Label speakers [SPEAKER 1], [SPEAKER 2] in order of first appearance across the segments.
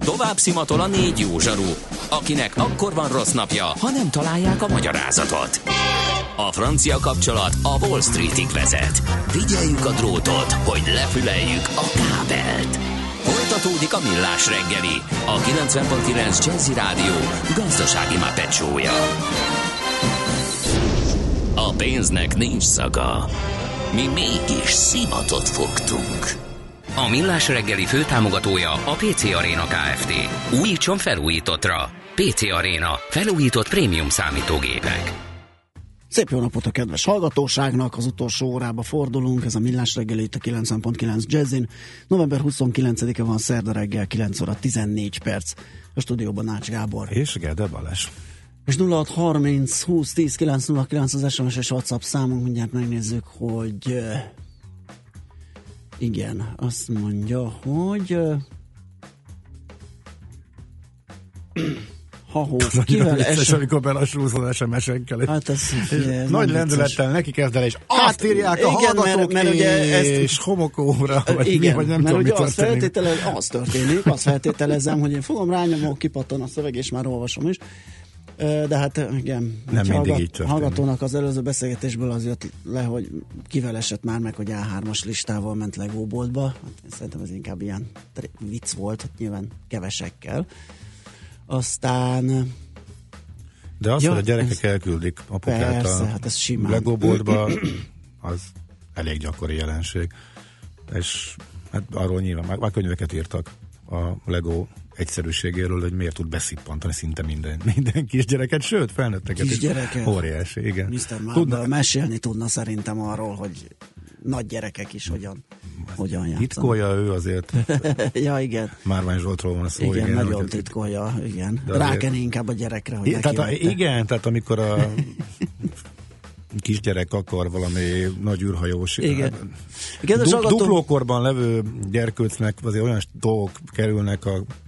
[SPEAKER 1] Tovább szimatol a 4 jó zsaru, akinek akkor van rossz napja, ha nem találják a magyarázatot. A francia kapcsolat a Wall Streetig vezet. Figyeljük a drótot, hogy lefüleljük a kábelt. Folytatódik a Millás reggeli, a 90.9 Jazzy Rádió gazdasági Muppet show-ja. A pénznek nincs szaga. Mi mégis szimatot fogtunk. A Millás reggeli főtámogatója a PC Arena Kft. Újítson felújítottra. PC Arena. Felújított prémium számítógépek.
[SPEAKER 2] Szép jó napot a kedves hallgatóságnak, az utolsó órába fordulunk, ez a Millás reggeli itt a 90.9 Jazzin. November 29-e van, szerda reggel, 9 óra 14 perc. A stúdióban Ács Gábor.
[SPEAKER 3] És Gede Balázs.
[SPEAKER 2] És 0630 20 10 909 az SMS és WhatsApp számunk, mindjárt megnézzük, hogy igen, azt mondja, hogy ha-hó, kivel
[SPEAKER 3] esem, amikor belassulsz SMS-ekkel.
[SPEAKER 2] Hát ez
[SPEAKER 3] nagy lendülettel neki kezd el, és azt írják a hallgatók,
[SPEAKER 2] mert ugye
[SPEAKER 3] és homokóra, vagy
[SPEAKER 2] igen,
[SPEAKER 3] vagy nem
[SPEAKER 2] mert
[SPEAKER 3] tudom,
[SPEAKER 2] ugye azt feltételezem, hogy én fogom, rányomom, kipattan a szöveg, és már olvasom is. De hát igen,
[SPEAKER 3] nem mindig így
[SPEAKER 2] hallgatónak az előző beszélgetésből az jött le, hogy kivel esett már meg, hogy A3-as listával ment Lego boltba. Hát szerintem ez inkább ilyen vicc volt, hát nyilván kevesekkel. Aztán
[SPEAKER 3] de az, hogy a gyerekek elküldik apukát
[SPEAKER 2] a
[SPEAKER 3] Lego boltba, az elég gyakori jelenség. És hát arról nyilván már könyveket írtak a Lego egyszerűségéről, hogy miért tud beszippantani szinte minden kisgyereket, sőt, felnőtteket is. Óriási, igen.
[SPEAKER 2] Mr. Marvel mesélni tudna szerintem arról, hogy nagy gyerekek is hogyan játszanak.
[SPEAKER 3] Titkolja ő azért.
[SPEAKER 2] Ja, igen.
[SPEAKER 3] Márvány Zsoltról van szó.
[SPEAKER 2] Igen, nagyon titkolja, igen. Rákenni inkább a gyerekre, hogy
[SPEAKER 3] igen, tehát amikor a kisgyerek akar valami nagy űrhajós. Duplókorban levő gyerkőcnek azért olyan dolgok kerülnek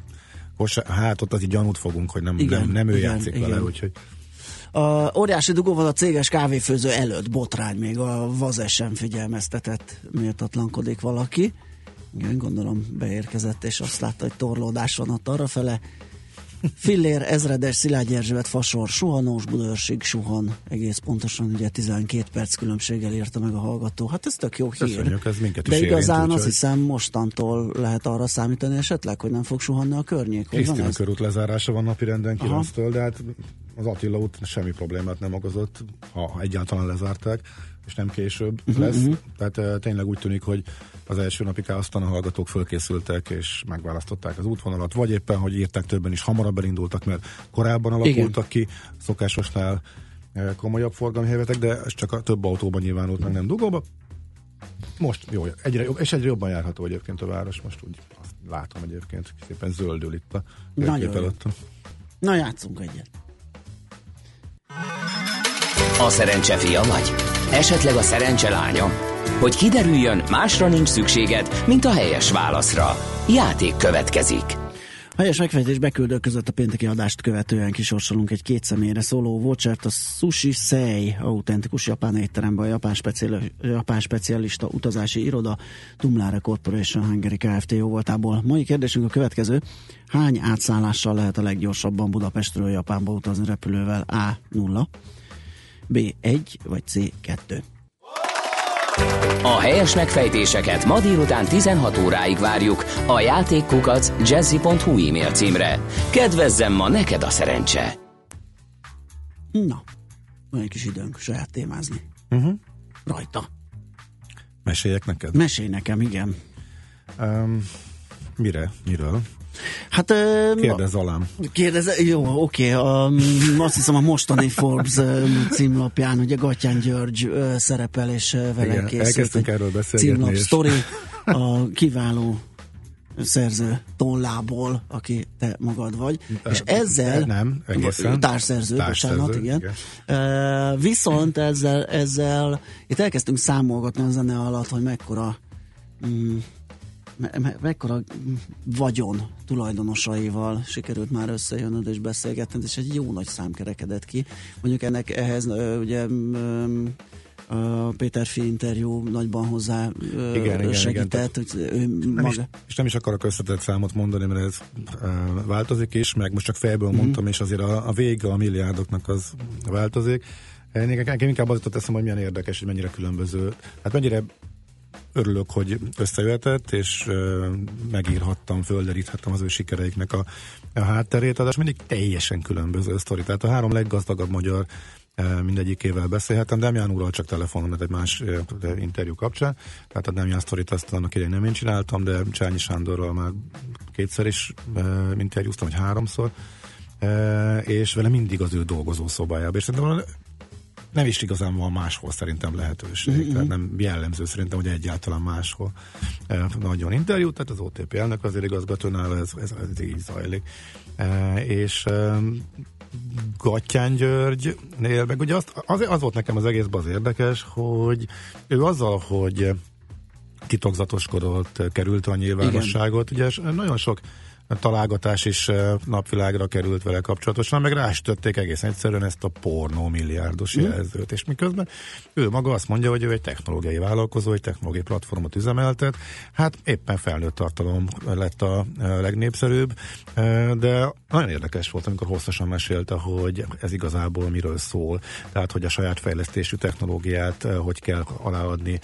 [SPEAKER 3] hát ott azért gyanút fogunk, hogy nem ő játszik vele, úgyhogy
[SPEAKER 2] óriási dugó van a céges kávéfőző előtt, botrány, még a Vazes sem figyelmeztetett, méltatlankodik valaki. Igen, gondolom beérkezett, és azt látta, hogy torlódás van ott arrafele. Fillér, ezredes, Szilágy Erzsébet, Fasor, suhanós, Budaörsig suhan, egész pontosan ugye 12 perc különbséggel írta meg a hallgató. Hát ez tök jó hír.
[SPEAKER 3] Köszönjük, ez minket is
[SPEAKER 2] de igazán
[SPEAKER 3] érint,
[SPEAKER 2] azt hiszem mostantól lehet arra számítani esetleg, hogy nem fog suhanni a környék.
[SPEAKER 3] Krisztina körút lezárása van napirenden 9-től, de hát az Attila út semmi problémát nem okozott, ha egyáltalán lezárták, és nem később lesz. Tehát tényleg úgy tűnik, hogy az első napig aztán a hallgatók fölkészültek, és megválasztották az útvonalat, vagy éppen, hogy írták, többen is hamarabb elindultak, mert korábban alakultak ki, szokásosnál komolyabb forgalmi helyzetek, de ez csak a több autóban nyilvánult meg, nem dugóba. Most jó, egyre jobb, és egyre jobban járható egyébként a város, most úgy azt látom egyébként, szépen zöldül itt a térkép előtt.
[SPEAKER 2] Na, játszunk egyet.
[SPEAKER 1] A szerencse fia vagy? Esetleg a szerencse lánya? Hogy kiderüljön, másra nincs szükséged, mint a helyes válaszra. Játék következik.
[SPEAKER 2] Helyes megfejtés beküldők között a pénteki adást követően kisorsolunk egy 2 személyre szóló vouchert a Sushi Sei autentikus japán étteremben, a japán specialista utazási iroda Tumlare Corporation Hungary Kft. Jóvoltából. Mai kérdésünk a következő: hány átszállással lehet a leggyorsabban Budapestről Japánba utazni repülővel? A. 0, B. 1 vagy C. 2.
[SPEAKER 1] A helyes megfejtéseket ma délután 16 óráig várjuk a játékkukac@jazzy.hu e-mail címre. Kedvezzem ma neked a szerencse!
[SPEAKER 2] Na, van egy kis időnk saját témázni. Rajta.
[SPEAKER 3] Meséljek neked?
[SPEAKER 2] Mesélj nekem, igen.
[SPEAKER 3] Miről?
[SPEAKER 2] Hát,
[SPEAKER 3] kérdezz alám.
[SPEAKER 2] Jó, oké. Azt hiszem a mostani Forbes címlapján ugye Gattyán György szerepel, és vele készült egy címlap sztori a kiváló szerző tollából, aki te magad vagy, és ezzel
[SPEAKER 3] nem, egészen.
[SPEAKER 2] Társszerző, bocsánat, igen. Viszont ezzel itt elkezdtünk számolgatni a zene alatt, hogy mekkora vagyon tulajdonosaival sikerült már összejönnöd és beszélgetned, és egy jó nagy szám kerekedett ki. Mondjuk ehhez ugye Péterfi interjú nagyban hozzá segített.
[SPEAKER 3] És nem is akarok összetett számot mondani, mert ez változik is, meg most csak fejből mondtam, és azért a vége a milliárdoknak az változik. Nekem inkább az jutott eszembe, hogy milyen érdekes, hogy mennyire különböző. Hát mennyire örülök, hogy összejöhetett, és megírhattam, földeríthettem az ő sikereiknek a hátterét, az mindig teljesen különböző sztori. Tehát a 3 leggazdagabb magyar mindegyikével beszélhettem, Demján úrral csak telefonon, mert egy más interjú kapcsán. Tehát a Demján sztorit azt annak idején nem én csináltam, de Csányi Sándorral már 2-szer is interjúztam, vagy 3-szor, és vele mindig az ő dolgozó szobájába. És szerintem nem is igazán van máshol szerintem lehetőség. Tehát nem jellemző szerintem, hogy egyáltalán máshol nagyon interjú, tehát az OTP elnök azért igazgatónál ez így zajlik. És Gattyán Györgynél, meg ugye az volt nekem az egészben az érdekes, hogy ő azzal, hogy titokzatoskodott, került a nyilvánosságot, ugye nagyon sok találgatás is napvilágra került vele kapcsolatosan, meg rásütötték egészen egyszerűen ezt a pornó milliárdos jelzőt, és miközben ő maga azt mondja, hogy ő egy technológiai vállalkozó, egy technológiai platformot üzemeltet, hát éppen felnőtt tartalom lett a legnépszerűbb, de nagyon érdekes volt, amikor hosszasan mesélte, hogy ez igazából miről szól, tehát hogy a saját fejlesztésű technológiát hogy kell aláadni,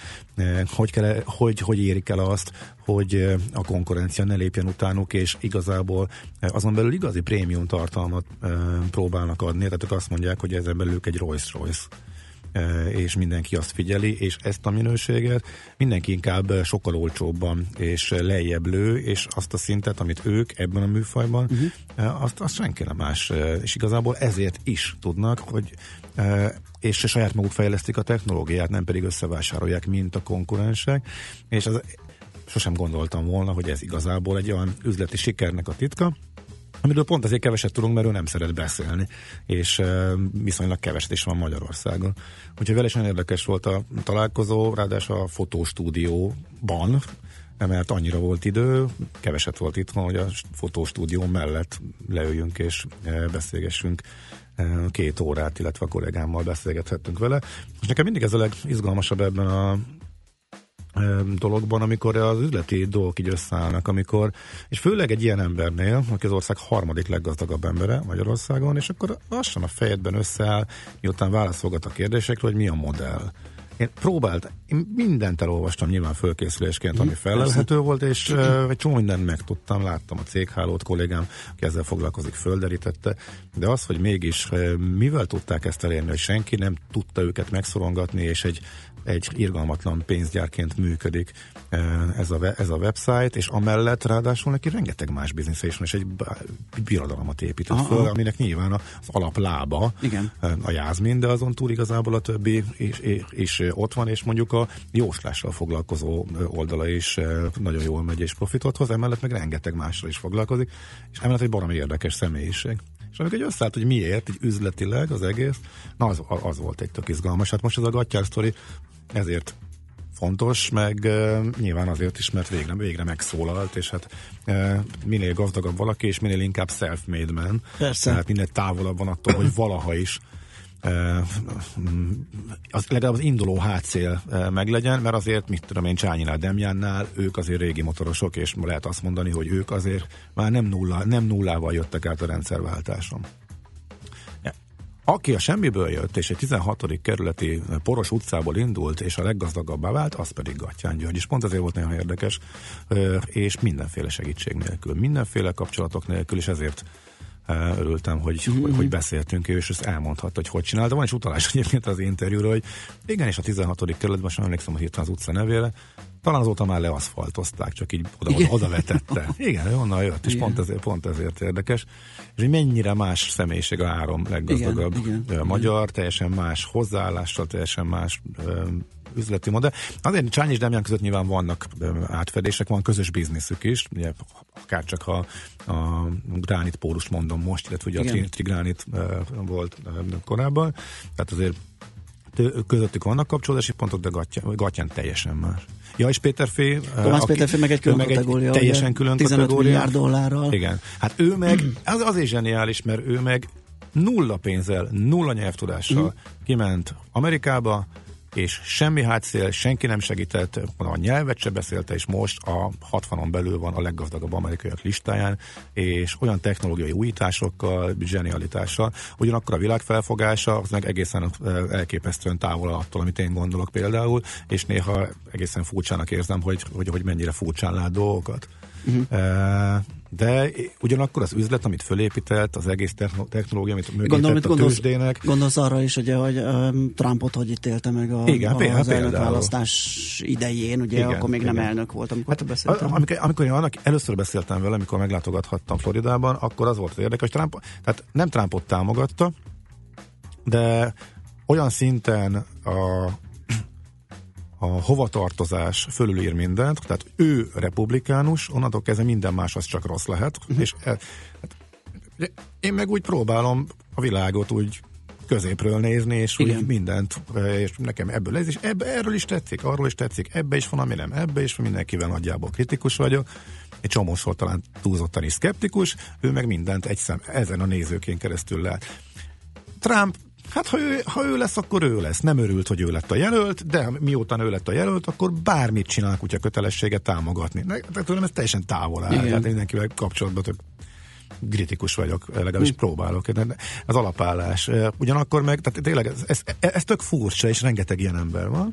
[SPEAKER 3] hogy érik el azt, hogy a konkurencia ne lépjen utánuk, és igazából azon belül igazi prémium tartalmat próbálnak adni, tehát ők azt mondják, hogy ezen belül egy Rolls-Royce, és mindenki azt figyeli, és ezt a minőséget mindenki inkább sokkal olcsóbban és lejjebb lő, és azt a szintet, amit ők ebben a műfajban, azt senki nem más, és igazából ezért is tudnak, hogy és saját maguk fejlesztik a technológiát, nem pedig összevásárolják, mint a konkurensek, és az sosem gondoltam volna, hogy ez igazából egy olyan üzleti sikernek a titka, amiről pont azért keveset tudunk, mert ő nem szeret beszélni, és viszonylag keveset is van Magyarországon. Úgyhogy vele is nagyon érdekes volt a találkozó, ráadásul a fotóstúdióban, mert annyira volt idő, keveset volt itthon, hogy a fotóstúdió mellett leüljünk és beszélgessünk 2 órát, illetve a kollégámmal beszélgethettünk vele. És nekem mindig ez a legizgalmasabb ebben a dologban, amikor az üzleti dolgok így összeállnak, és főleg egy ilyen embernél, aki az ország 3. leggazdagabb embere Magyarországon, és akkor lassan a fejedben összeáll, miután válaszolgat a kérdésekről, hogy mi a modell. Én mindent elolvastam nyilván fölkészülésként, ami felelhető volt, és egy csomó mindent megtudtam, láttam a céghálót, kollégám, aki ezzel foglalkozik, földerítette, de az, hogy mégis mivel tudták ezt elérni, hogy senki nem tudta őket megszorongatni, és egy irgalmatlan pénzgyárként működik ez a website, és amellett ráadásul neki rengeteg más biznisz és egy birodalmat épített föl, aminek nyilván az alaplába a Jászmin, de azon túl igazából a többi is ott van, és mondjuk a jóslással foglalkozó oldala is nagyon jól megy és profitot hoz, emellett meg rengeteg másra is foglalkozik, és emellett egy baromi érdekes személyiség. És amikor összeállt, hogy miért, így üzletileg az egész, na az volt egy tök izgalmas. Hát most ez a Gattyán sztori ezért fontos, meg nyilván azért is, mert végre megszólalt, és hát minél gazdagabb valaki, és minél inkább self-made man. Persze. Tehát minél távolabb van attól, hogy valaha is legalább az induló hátszél meglegyen, mert azért, mit tudom én, Csányinál, Demjánnál, ők azért régi motorosok, és lehet azt mondani, hogy ők azért már nem nullával jöttek át a rendszerváltáson. Aki a semmiből jött, és egy 16. kerületi poros utcából indult, és a leggazdagabbá vált, az pedig Gattyán György. És pont ezért volt nagyon érdekes, és mindenféle segítség nélkül, mindenféle kapcsolatok nélkül, és ezért örültem, hogy beszéltünk, és ezt elmondhatta, hogy csinál. De van is utalás egyébként az interjúra, hogy igen, és a 16. kerületben sem emlékszem, hogy hirtelen az utca nevére, talán azóta már leaszfaltozták, csak így oda vetette. Igen, onnan jött, és pont ezért érdekes. És hogy mennyire más személyiség a 3 leggazdagabb magyar, teljesen más hozzáállással, teljesen más üzleti modell. Azért Csányi és Demján között nyilván vannak átfedések, van közös bizniszük is, ugye akár csak a Gránit Pólust mondom most, illetve ugye a Trigránit volt korábban, tehát azért közöttük vannak kapcsolódási pontok, de Gattyán teljesen más. Ja, és Péterfi,
[SPEAKER 2] Tomás Péterfi meg egy külön kategória.
[SPEAKER 3] Teljesen külön
[SPEAKER 2] 15
[SPEAKER 3] kategória.
[SPEAKER 2] milliárd dollárral.
[SPEAKER 3] Igen. Hát ő meg, azért zseniális, mert ő meg nulla pénzzel, nulla nyelvtudással kiment Amerikába, és semmi hátszél, senki nem segített, a nyelvet se beszélte, és most a 60-on belül van a leggazdagabb amerikaiak listáján, és olyan technológiai újításokkal, zsenialitással, ugyanakkor a világ felfogása az meg egészen elképesztően távol attól, amit én gondolok például, és néha egészen furcsának érzem, hogy mennyire furcsán lát dolgokat. De ugyanakkor az üzlet, amit fölépített, az egész technológia, amit mögített a tőzsdének.
[SPEAKER 2] Gondolsz arra is, ugye, hogy Trumpot hogy ítélte meg az elnökválasztás idején, ugye, igen, akkor még nem elnök volt, amikor beszéltem.
[SPEAKER 3] Amikor én annak először beszéltem vele, amikor meglátogathattam Floridában, akkor az volt az érdekes, hogy tehát nem Trumpot támogatta, de olyan szinten a hovatartozás fölülír mindent, tehát ő republikánus, onnantól kezdve minden más az csak rossz lehet, és én meg úgy próbálom a világot úgy középről nézni, és úgy mindent, és nekem ebből ez is, erről is tetszik, arról is tetszik, ebbe is van, ami nem, ebbe is van, mindenkivel nagyjából kritikus vagyok, egy csomószor talán túlzottan is szkeptikus, ő meg mindent ezen a nézőkén keresztül lát. Trump, hát ha ő lesz, akkor ő lesz. Nem örült, hogy ő lett a jelölt, de miután ő lett a jelölt, akkor bármit csinál a kutya kötelessége támogatni. Tehát tőlem ez teljesen távol áll. Tehát mindenkivel kapcsolatban tök kritikus vagyok, legalábbis próbálok. Az alapállás. Ugyanakkor meg, tehát tényleg ez tök furcsa, és rengeteg ilyen ember van.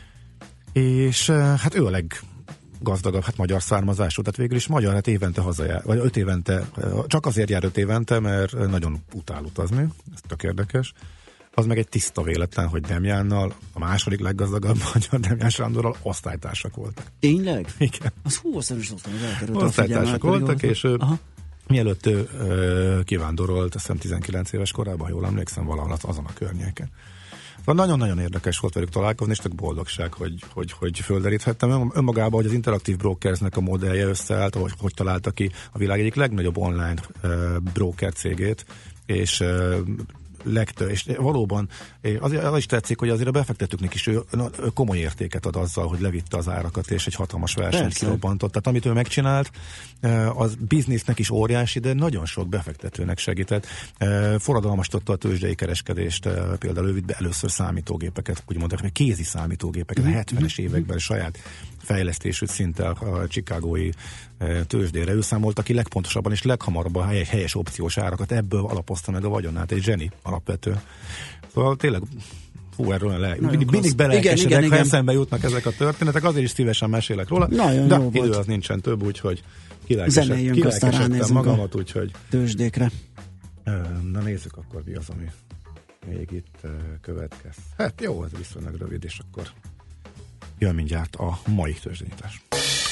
[SPEAKER 3] És hát ő a leggazdagabb, hát magyar származású, tehát végül is magyar, hát évente hazajár, vagy 5 évente, csak azért jár 5 évente, mert nagyon utál utazni, ez tök érdekes. Az meg egy tiszta véletlen, hogy Demjánnal, a második leggazdagabb magyar Demján Sándorral osztálytársak voltak.
[SPEAKER 2] Tényleg?
[SPEAKER 3] Igen.
[SPEAKER 2] Az húszor is
[SPEAKER 3] osztálytársak voltak, és mielőtt ő kivándorolt, azt hiszem 19 éves korában, ha jól emlékszem, valahol azon a környéken. Nagyon-nagyon érdekes volt velük találkozni, és tök boldogság, hogy földeríthettem. Önmagában, hogy az Interactive Brokersnek a modellje összeállt, hogy találta ki a világ egyik legnagyobb online broker cégét, és és valóban az is tetszik, hogy azért a befektetőknek is ő komoly értéket ad azzal, hogy levitte az árakat, és egy hatalmas versenyt kirobbantott. Tehát amit ő megcsinált, az biznisznek is óriási, de nagyon sok befektetőnek segített. Forradalmasította a tőzsdei kereskedést, például ő vitt be először számítógépeket, úgy mondták, hogy kézi számítógépeket, a 70-es években saját fejlesztésű szinte a chicagói tőzsdére. Ő számolta ki legpontosabban és leghamarabb a helyes opciós árakat, ebből alapozta meg a vagyonát, egy zseni alapvető. Szóval tényleg erről mindig belelkesedek, ha eszembe jutnak ezek a történetek, azért is szívesen mesélek róla, de idő az nincsen több, úgyhogy kilelkesedtem magamat, úgyhogy
[SPEAKER 2] tőzsdékre.
[SPEAKER 3] Na nézzük akkor, mi az, ami még itt következ. Hát jó, ez viszonylag rövid, és akkor jön mindjárt a mai tőzsdenyítás.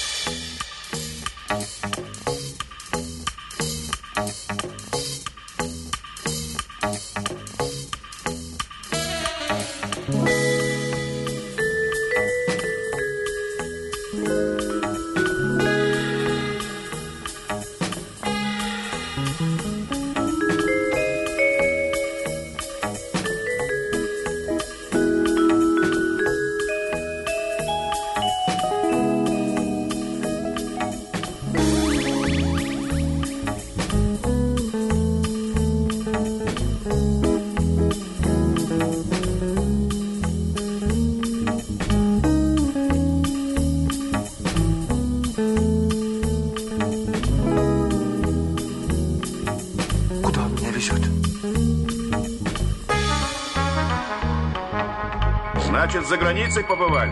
[SPEAKER 4] Значит, за границей побывали?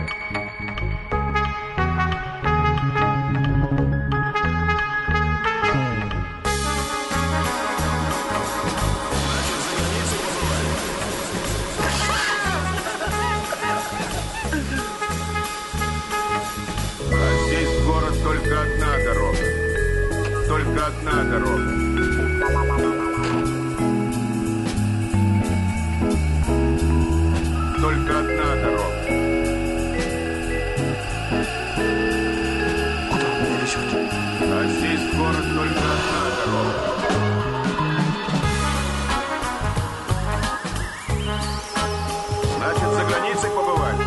[SPEAKER 4] А здесь в город только одна дорога. Только одна дорога. Только одна дорога. Куда он меня везет? А здесь в город только одна дорога. Значит, за границей побывали?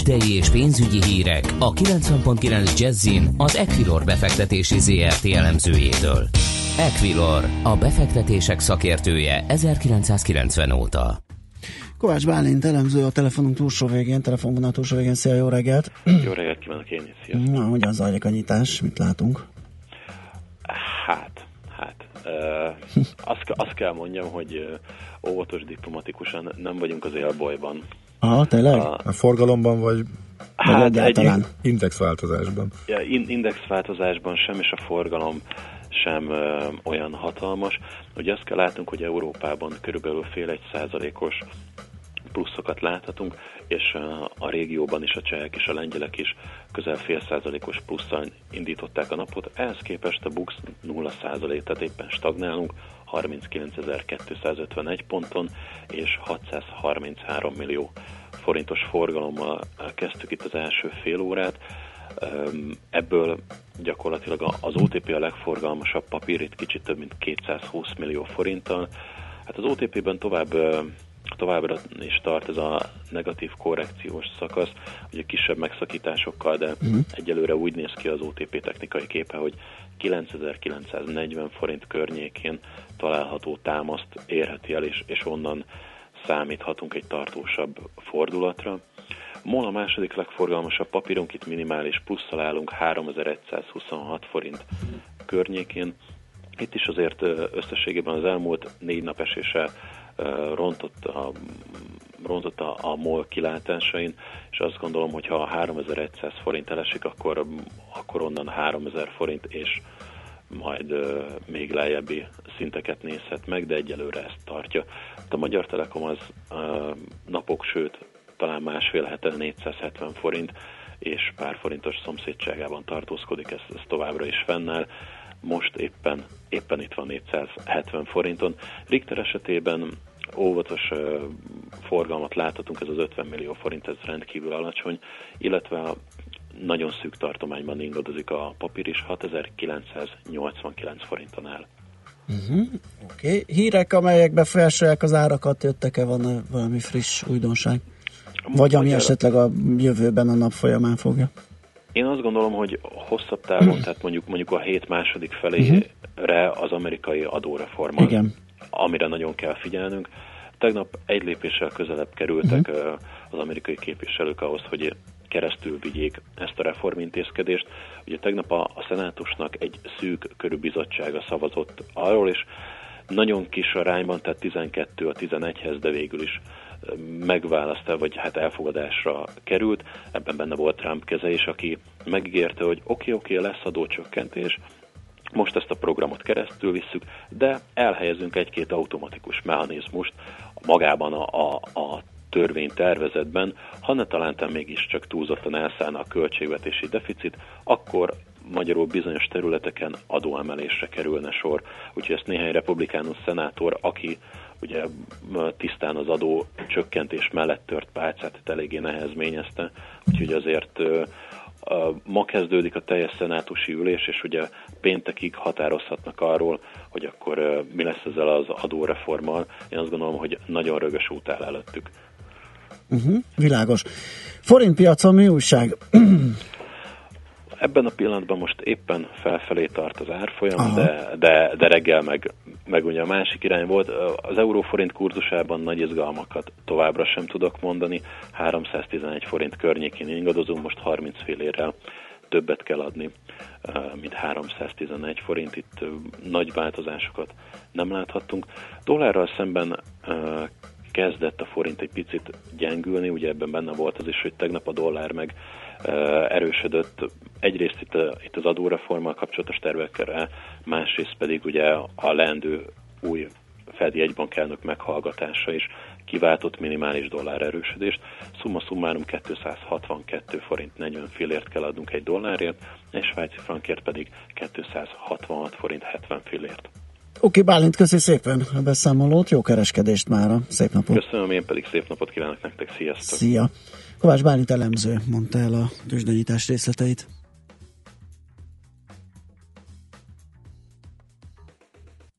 [SPEAKER 1] Tőzsdei és pénzügyi hírek a 90.9 Jazzin az Equilor befektetési ZRT elemzőjétől. Equilor, a befektetések szakértője 1990 óta.
[SPEAKER 2] Kovács Bálint elemző a telefonunk túlsó végén, telefonvonal túlsó végén. Szia, jó reggelt!
[SPEAKER 5] Jó reggelt kívánok én is, sziasztok!
[SPEAKER 2] Na, hogyan zajlik a nyitás? Mit látunk?
[SPEAKER 5] Azt kell mondjam, hogy óvatos diplomatikusan nem vagyunk az élbolyban.
[SPEAKER 2] Aha, tényleg?
[SPEAKER 3] A forgalomban vagy
[SPEAKER 2] egyáltalán?
[SPEAKER 3] Indexváltozásban.
[SPEAKER 5] Ja, indexváltozásban sem, és a forgalom sem olyan hatalmas. Ugye azt kell látnunk, hogy Európában körülbelül 0,5% pluszokat láthatunk, és a régióban is a csehek és a lengyelek is közel 0,5%-os plusszal indították a napot. Ehhez képest a BUX 0%, tehát éppen stagnálunk, 39.251 ponton, és 633 millió forintos forgalommal kezdtük itt az első fél órát. Ebből gyakorlatilag az OTP a legforgalmasabb papír, itt kicsit több mint 220 millió forinttal. Hát az OTP-ben továbbra is tart ez a negatív korrekciós szakasz, ugye kisebb megszakításokkal, de egyelőre úgy néz ki az OTP technikai képe, hogy 9940 forint környékén található támaszt érheti el, és onnan számíthatunk egy tartósabb fordulatra. MOL a második legforgalmasabb papírunk, itt minimális plusszal állunk 3126 forint környékén. Itt is azért összességében az elmúlt 4 nap esése rontott a MOL kilátásain, és azt gondolom, hogy ha 3100 forint elesik, akkor onnan 3000 forint, és majd még lejjebbi szinteket nézhet meg, de egyelőre ezt tartja. A Magyar Telekom az napok, sőt talán másfél hete 470 forint, és pár forintos szomszédságában tartózkodik, ez továbbra is fennáll. Most éppen itt van 470 forinton. Richter esetében óvatos forgalmat láthatunk, ez az 50 millió forint, ez rendkívül alacsony, illetve a nagyon szűk tartományban ingadozik a papír is, 6989 forinton áll.
[SPEAKER 2] Oké. Hírek, amelyek befolyásolják az árakat, jöttek-e, van valami friss újdonság? Vagy ami esetleg a jövőben a nap folyamán fogja?
[SPEAKER 5] Én azt gondolom, hogy hosszabb távon, tehát mondjuk a hét második felére az amerikai adóreforma, amire nagyon kell figyelnünk. Tegnap egy lépéssel közelebb kerültek az amerikai képviselők ahhoz, hogy keresztül vigyék ezt a reformintézkedést. Ugye tegnap a szenátusnak egy szűk körű bizottsága szavazott arról, és nagyon kis arányban, tehát 12 a 11-hez, de végül is megválasztál, vagy hát elfogadásra került. Ebben benne volt Trump keze is, aki megígérte, hogy oké, lesz adócsökkentés, most ezt a programot keresztül visszük, de elhelyezünk egy-két automatikus mechanizmust magában a törvénytervezetben, ha ne talántán mégiscsak túlzottan elszállna a költségvetési deficit, akkor magyarul bizonyos területeken adóemelésre kerülne sor. Úgyhogy ezt néhány republikánus szenátor, aki ugye tisztán az adó csökkentés mellett tört pálcát, eléggé nehezményezte. Úgyhogy azért ma kezdődik a teljes szenátusi ülés, és ugye péntekig határozhatnak arról, hogy akkor mi lesz ezzel az adóreformmal. Én azt gondolom, hogy nagyon rögös út áll előttük.
[SPEAKER 2] Világos. Forintpiacon mi újság?
[SPEAKER 5] Ebben a pillanatban most éppen felfelé tart az árfolyam, de reggel meg ugye a másik irány volt. Az euróforint kurzusában nagy izgalmakat továbbra sem tudok mondani. 311 forint környékén ingadozunk, most 30 fillérrel többet kell adni, mint 311 forint. Itt nagy változásokat nem láthattunk. Dollárral szemben kezdett a forint egy picit gyengülni, ugye ebben benne volt az is, hogy tegnap a dollár meg erősödött. Egyrészt itt az adóreformmal kapcsolatos tervekre, másrészt pedig ugye a leendő új Fed jegybankelnök meghallgatása is kiváltott minimális dollár erősödést. Summa summarum 262 forint 40 fillért kell adnunk egy dollárért, és svájci frankért pedig 266 forint 70 fillért.
[SPEAKER 2] Oké, Bálint, köszi szépen a beszámolót, jó kereskedést mára, szép napot!
[SPEAKER 5] Köszönöm, én pedig szép napot kívánok nektek, sziasztok!
[SPEAKER 2] Szia! Kovács Bálint elemző mondta el a tőzsdenyítás részleteit.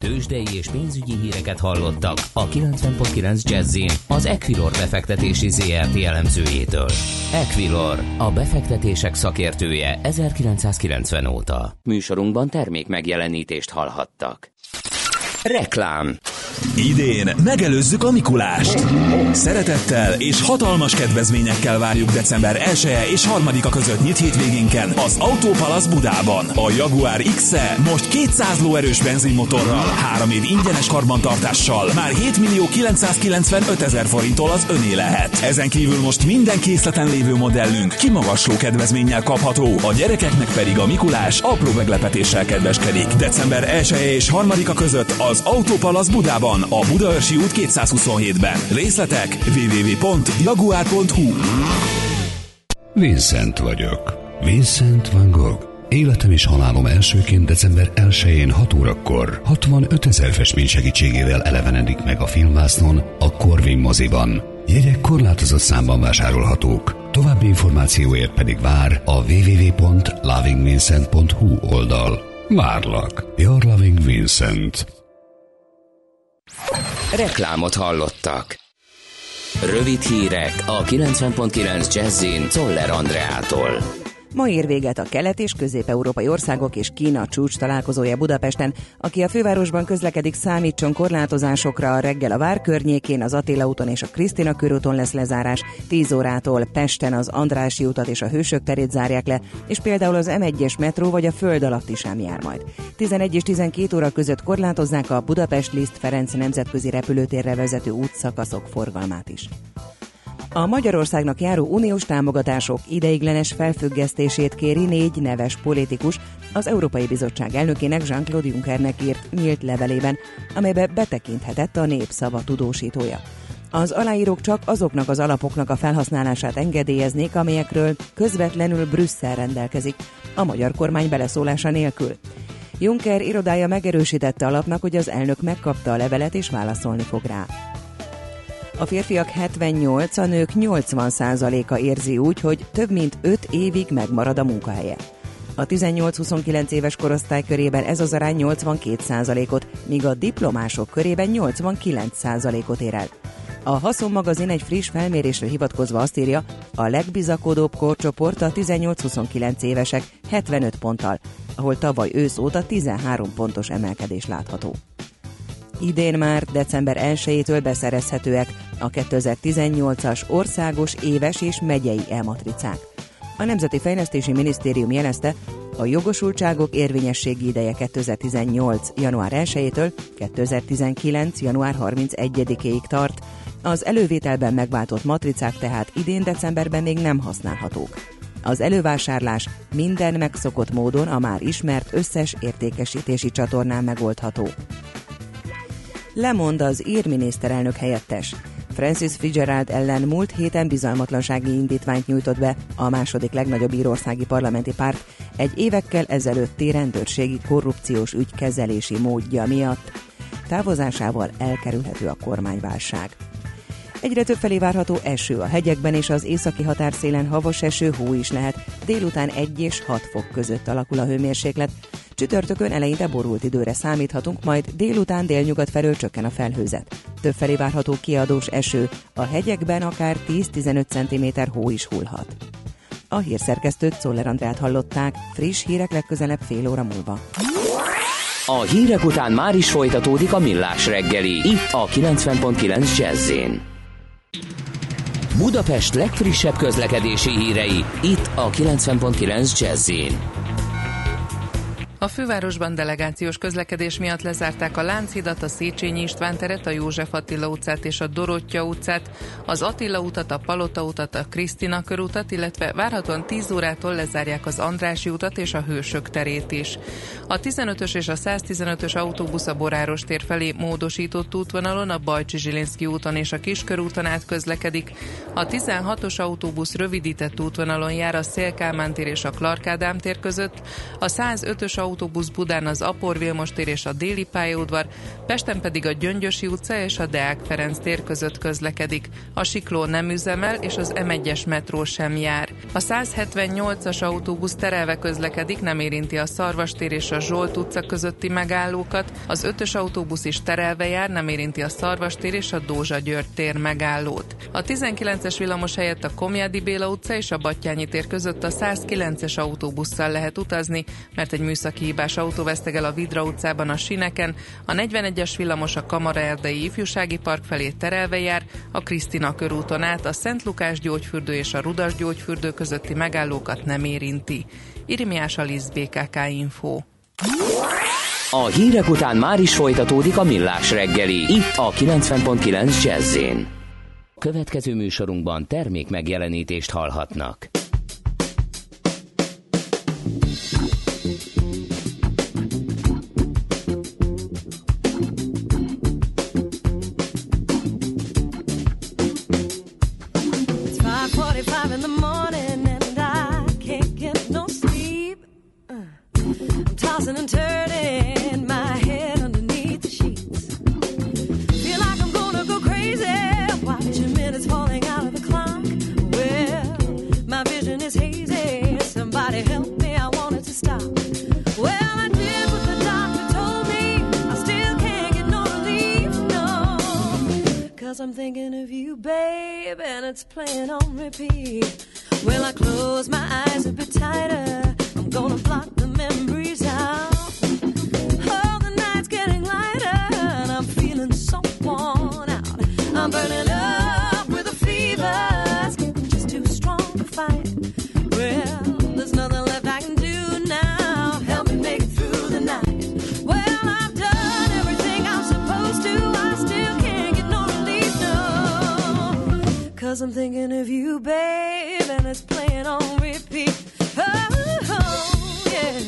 [SPEAKER 1] Tőzsdei és pénzügyi híreket hallottak a 90.9 Jazzin az Equilor befektetési ZRT elemzőjétől. Equilor, a befektetések szakértője 1990 óta. Műsorunkban termék megjelenítést hallhattak. Reklám.
[SPEAKER 6] Idén megelőzzük a Mikulást. Szeretettel és hatalmas kedvezményekkel várjuk december 1-e és 3-a között nyit hétvégénken az Autópalasz Budában. A Jaguar X-e most 200 lóerős benzinmotorral, 3 év ingyenes karbantartással már 7.995.000 forinttól az öné lehet. Ezen kívül most minden készleten lévő modellünk kimagasló kedvezménnyel kapható, a gyerekeknek pedig a Mikulás apró meglepetéssel kedveskedik. December 1-e és 3-a között az Autópalasz Budában, a Budaörsi út 227-ben. Részletek www.jaguar.hu.
[SPEAKER 7] Vincent vagyok. Vincent van Gogh. Életem és halálom elsőként december 1-én 6 órakor 65 000 festmény segítségével elevenedik meg a filmvásznon a Corvin moziban. Jegyek korlátozott számban vásárolhatók. További információért pedig vár a www.lovingvincent.hu oldal. Várlak. Your Loving Vincent.
[SPEAKER 1] Reklámot hallottak. Rövid hírek a 90.9 Jazzin Czoller Andreától.
[SPEAKER 8] Ma ér véget a kelet- és közép-európai országok és Kína csúcs találkozója Budapesten. Aki a fővárosban közlekedik, számítson korlátozásokra. A reggel a Vár környékén, az Attila úton és a Krisztina körúton lesz lezárás. 10 órától Pesten az Andrássy utat és a Hősök terét zárják le, és például az M1-es metró vagy a föld alatti sem jár majd. 11 és 12 óra között korlátozzák a Budapest-Liszt Ferenc nemzetközi repülőtérre vezető útszakaszok forgalmát is. A Magyarországnak járó uniós támogatások ideiglenes felfüggesztését kéri 4 neves politikus az Európai Bizottság elnökének, Jean-Claude Junckernek írt nyílt levelében, amelybe betekinthetett a Népszava tudósítója. Az aláírók csak azoknak az alapoknak a felhasználását engedélyeznék, amelyekről közvetlenül Brüsszel rendelkezik, a magyar kormány beleszólása nélkül. Juncker irodája megerősítette alapnak, hogy az elnök megkapta a levelet és válaszolni fog rá. A férfiak 78, a nők 80%-a érzi úgy, hogy több mint 5 évig megmarad a munkahelye. A 18-29 éves korosztály körében ez az arány 82%-ot, míg a diplomások körében 89%-ot ér el. A Haszon magazin egy friss felmérésre hivatkozva azt írja, a legbizakodóbb korcsoport a 18-29 évesek 75 ponttal, ahol tavaly ősz óta 13 pontos emelkedés látható. Idén már december 1-től beszerezhetőek a 2018-as országos, éves és megyei e-matricák. A Nemzeti Fejlesztési Minisztérium jelezte, a jogosultságok érvényességi ideje 2018. január 1-től 2019. január 31-ig tart, az elővételben megváltott matricák tehát idén decemberben még nem használhatók. Az elővásárlás minden megszokott módon a már ismert összes értékesítési csatornán megoldható. Lemond az ír miniszterelnök helyettes. Francis Fitzgerald ellen múlt héten bizalmatlansági indítványt nyújtott be a második legnagyobb írországi parlamenti párt egy évekkel ezelőtti rendőrségi korrupciós ügy kezelési módja miatt. Távozásával elkerülhető a kormányválság. Egyre többfelé várható eső a hegyekben, és az északi határszélen havas eső, hó is lehet. Délután 1 és 6 fok között alakul a hőmérséklet. Csütörtökön eleinte borult időre számíthatunk, majd délután délnyugat felől csökken a felhőzet. Többfelé várható kiadós eső, a hegyekben akár 10-15 cm hó is hullhat. A hírszerkesztőt, Czoller Andrát hallották, friss hírek legközelebb fél óra múlva.
[SPEAKER 1] A hírek után már is folytatódik a Millás reggeli, itt a 90.9 Jazz-én. Budapest legfrissebb közlekedési hírei, itt a 90.9 Jazz-én.
[SPEAKER 9] A fővárosban delegációs közlekedés miatt lezárták a Lánchidat, a Széchenyi István teret, a József Attila utcát és a Dorottya utcát, az Attila utat, a Palota utat, a Krisztina körutat, illetve várhatóan 10 órától lezárják az Andrássy utat és a Hősök terét is. A 15-ös és a 115-ös autóbusz a Boráros tér felé módosított útvonalon, a Bajcsi-Zsilinszky úton és a Kiskörúton át közlekedik. A 16-os autóbusz rövidített útvonalon jár a Széll Kálmán tér és a Clark Ádám tér között, a 105-ös autóbusz Budán az Apor Vilmos tér és a Déli pályaudvar, Pesten pedig a Gyöngyösi utca és a Deák Ferenc tér között közlekedik. A Sikló nem üzemel, és az M1-es metró sem jár. A 178-as autóbusz terelve közlekedik, nem érinti a Szarvas tér és a Zsolt utca közötti megállókat, az 5-ös autóbusz is terelve jár, nem érinti a Szarvas tér és a Dózsa György tér megállót. A 19-es villamos helyett a Komjádi Béla utca és a Battyányi tér között a 109-es autóbusszal lehet utazni, mert egy műszaki hibás autó vesztegel a Vidra utcában a síneken, a 41-es villamos a Kamara-erdei ifjúsági park felé terelve jár, a Krisztina körúton át a Szent Lukás gyógyfürdő és a Rudas gyógyfürdő közötti megállókat nem érinti. Irimiás Alisz, BKK Info.
[SPEAKER 1] A hírek után már is folytatódik a Millás reggeli, itt a 90.9 Jazz-én. Következő műsorunkban termék megjelenítést hallhatnak.
[SPEAKER 10] Tossing and turning my head underneath the sheets. Feel like I'm gonna go crazy, watching minutes falling out of the clock. Well, my vision is hazy. Somebody help me, I wanted to stop. Well, I did what the doctor told me. I still can't get no relief, no. 'Cause I'm thinking of you, babe, and it's playing on repeat. Well, I close my eyes a bit tighter. I'm gonna block the memories out. Oh, the night's getting lighter and I'm feeling so worn out. I'm burning up with a fever, it's getting just too strong to fight. Well, there's nothing left I can do now. Help me make it through the night. Well, I've done everything I'm supposed to. I still can't get no relief, no. 'Cause I'm thinking of you, babe, and it's playing on repeat. Oh, yeah.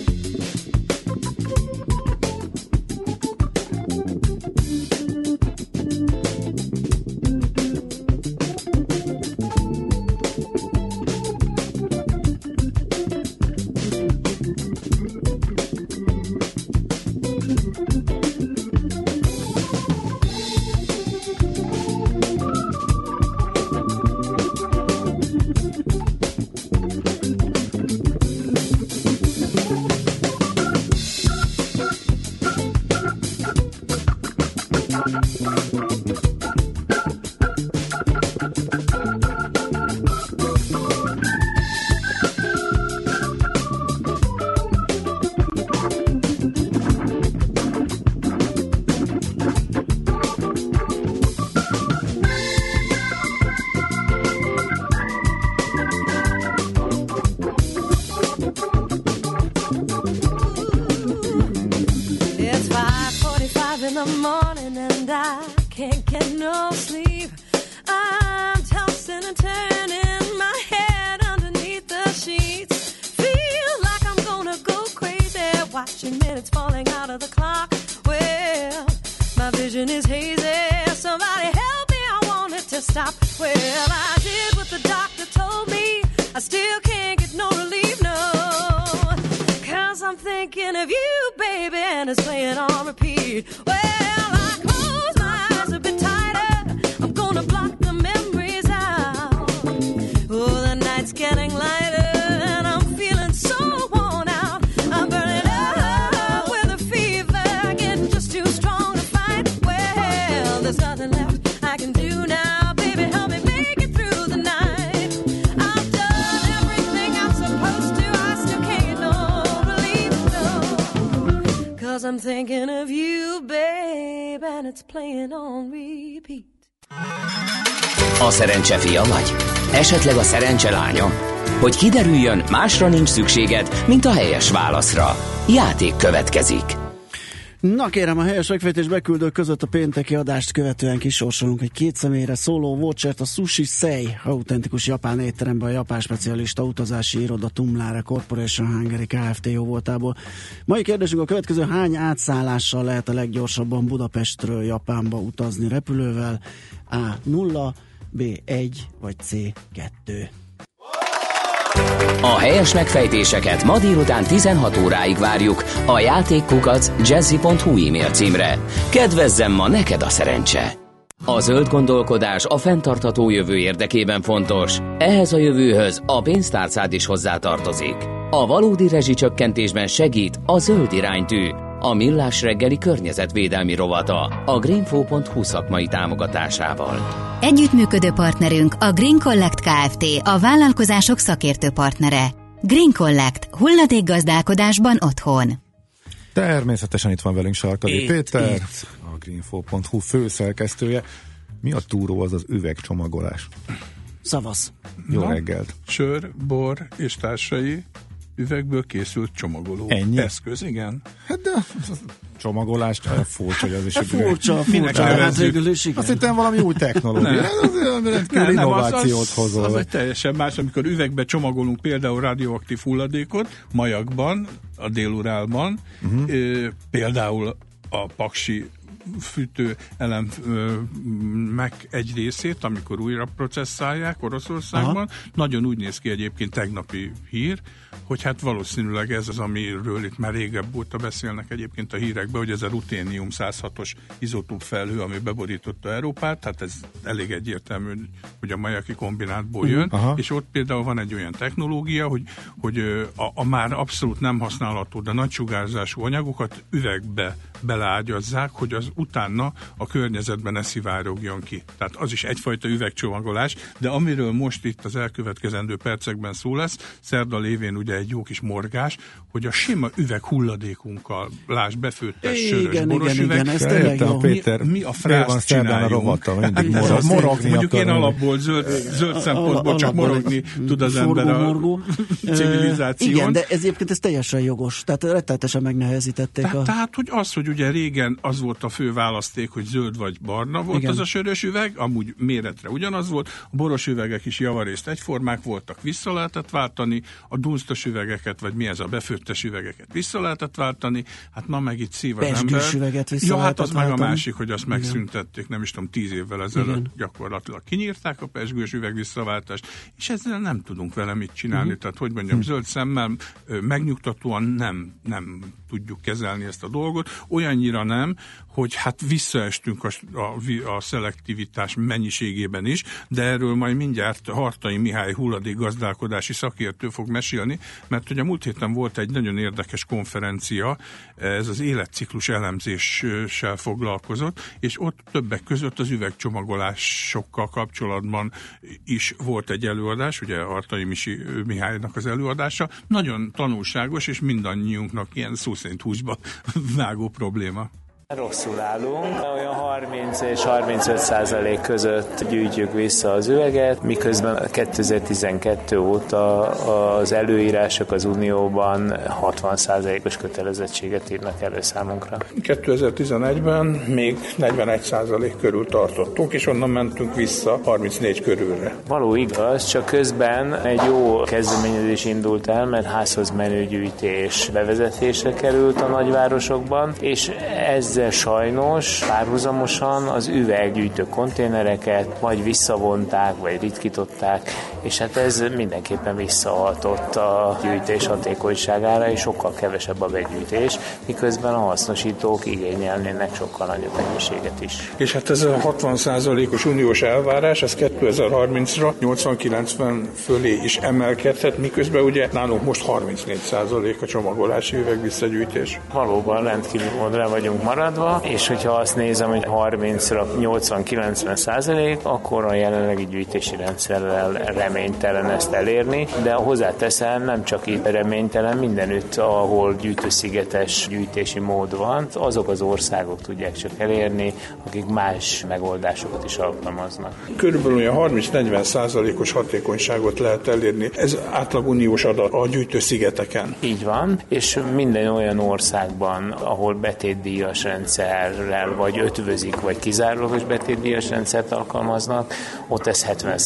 [SPEAKER 10] I'm thinking of you, babe, and it's playing on repeat.
[SPEAKER 1] A szerencse fia vagy? Esetleg a szerencse lánya? Hogy kiderüljön, másra nincs szükséged, mint a helyes válaszra. Játék következik.
[SPEAKER 2] Na kérem, a helyes megfejtés beküldők között a pénteki adást követően kisorsolunk egy 2 személyre szóló vouchert a Sushi Sei autentikus japán étteremben a japán specialista utazási iroda Tumlare Corporation Hungary Kft. Jóvoltából. Mai kérdésünk a következő: hány átszállással lehet a leggyorsabban Budapestről Japánba utazni repülővel? A. 0, B. 1 vagy C. 2.
[SPEAKER 1] A helyes megfejtéseket ma délután 16 óráig várjuk a játékkukac@jazzy.hu e-mail címre. Kedvezzem ma neked a szerencse! A zöld gondolkodás a fenntartható jövő érdekében fontos. Ehhez a jövőhöz a pénztárcád is hozzátartozik. A valódi rezsicsökkentésben segít a Zöld iránytű, a Millás reggeli környezetvédelmi rovata, a greenfo.hu szakmai támogatásával.
[SPEAKER 11] Együttműködő partnerünk a Green Collect Kft., a vállalkozások szakértő partnere. Green Collect. Hulladékgazdálkodásban otthon.
[SPEAKER 3] Természetesen itt van velünk Sarkadi Péter, a greenfo.hu főszerkesztője. Mi a túró, az üvegcsomagolás?
[SPEAKER 2] Szavasz.
[SPEAKER 3] Jó reggelt.
[SPEAKER 12] Sör, bor és társai üvegből készült csomagoló eszköz, igen.
[SPEAKER 3] Hát de csomagolást furcsa, hogy az is
[SPEAKER 2] furcsa. Hát végül is igen.
[SPEAKER 3] Azt hittem valami új technológia. Nem, innovációt hozol.
[SPEAKER 12] Az egy teljesen más, amikor üvegbe csomagolunk például radioaktív hulladékot, majakban, a Dél-Urálban, például a paksi fűtőelem meg egy részét, amikor újra processzálják Oroszországban. Aha. Nagyon úgy néz ki egyébként tegnapi hír, hogy hát valószínűleg ez az, amiről itt már régebb óta beszélnek egyébként a hírekben, hogy ez a ruténium 106-os izotóp felhő, ami beborította Európát, tehát ez elég egyértelmű, hogy a majaki kombinátból jön, és ott például van egy olyan technológia, hogy a már abszolút nem használható, de nagysugárzású anyagokat üvegbe beleágyazzák, hogy az utána a környezetben ne szivárogjon ki. Tehát az is egyfajta üvegcsomagolás, de amiről most itt az elkövetkezendő percekben szó lesz, szerda lévén ugye egy jó kis morgás, hogy a sima üveg hulladékunkkal, lásd, befőttes sörös boros üveg. Mi a frászt csináljunk? Mondjuk én alapból zöld szempontból csak morogni tud az ember a civilizáción.
[SPEAKER 2] Igen, de egyébként ez teljesen jogos. Tehát rettenetesen megnehezítették
[SPEAKER 12] Tehát, hogy ugye régen az volt a fő választék, hogy zöld vagy barna volt az a sörös üveg, amúgy méretre ugyanaz volt, a boros üvegek is javarészt egyformák voltak, vissza lehetett váltani, a dunsztos üvegeket, vagy mi ez a befőttes üvegeket vissza lehetett váltani, hát ma meg itt szív az ember. Hát az meg a másik, hogy azt megszüntették, nem is tudom, 10 évvel ezelőtt gyakorlatilag kinyírták a pezsgős üveg visszaváltást, és ezzel nem tudunk vele mit csinálni, tehát hogy mondjam, zöld szemmel megnyugtatóan nem tudjuk kezelni ezt a dolgot, olyannyira nem, hogy hát visszaestünk a szelektivitás mennyiségében is, de erről majd mindjárt Hartai Mihály hulladékgazdálkodási szakértő fog mesélni, mert ugye múlt héten volt egy nagyon érdekes konferencia, ez az életciklus elemzéssel foglalkozott, és ott többek között az üvegcsomagolásokkal kapcsolatban is volt egy előadás, ugye Hartai Mihálynak az előadása, nagyon tanulságos, és mindannyiunknak ilyen szó szerint húsba vágó probléma.
[SPEAKER 13] Rosszul állunk, olyan 30 és 35% között gyűjtjük vissza az üveget, miközben 2012 óta az előírások az Unióban 60%-os kötelezettséget írnak elő számunkra.
[SPEAKER 12] 2011-ben még 41% körül tartottunk, és onnan mentünk vissza 34 körülre.
[SPEAKER 13] Való igaz, csak közben egy jó kezdeményezés indult el, mert házhoz menő gyűjtés bevezetésre került a nagyvárosokban, és ezzel sajnos párhuzamosan az üveggyűjtő konténereket vagy visszavonták, vagy ritkították, és hát ez mindenképpen visszahatott a gyűjtés hatékonyságára, és sokkal kevesebb a begyűjtés, miközben a hasznosítók igényelnének sokkal nagyobb mennyiséget is.
[SPEAKER 12] És hát ez a 60%-os uniós elvárás, ez 2030-ra 80-90 fölé is emelkedhet, miközben ugye nálunk most 34% a csomagolási üveg visszagyűjtés.
[SPEAKER 13] Valóban rendkívül módra vagyunk maradva, és hogyha azt nézem, hogy 30-ra 80-90%, akkor a jelenlegi gyűjtési rendszerrel reménytelen ezt elérni, de hozzáteszem, nem csak itt reménytelen, mindenütt, ahol gyűjtőszigetes gyűjtési mód van, azok az országok tudják csak elérni, akik más megoldásokat is alkalmaznak.
[SPEAKER 12] Körülbelül 30-40%-os hatékonyságot lehet elérni. Ez átlag uniós adat a gyűjtőszigeteken.
[SPEAKER 13] Így van, és minden olyan országban, ahol betétdíjas rendszer rendszerrel vagy ötvözik, vagy kizárólagos betétdíjas rendszert alkalmaznak, ott ez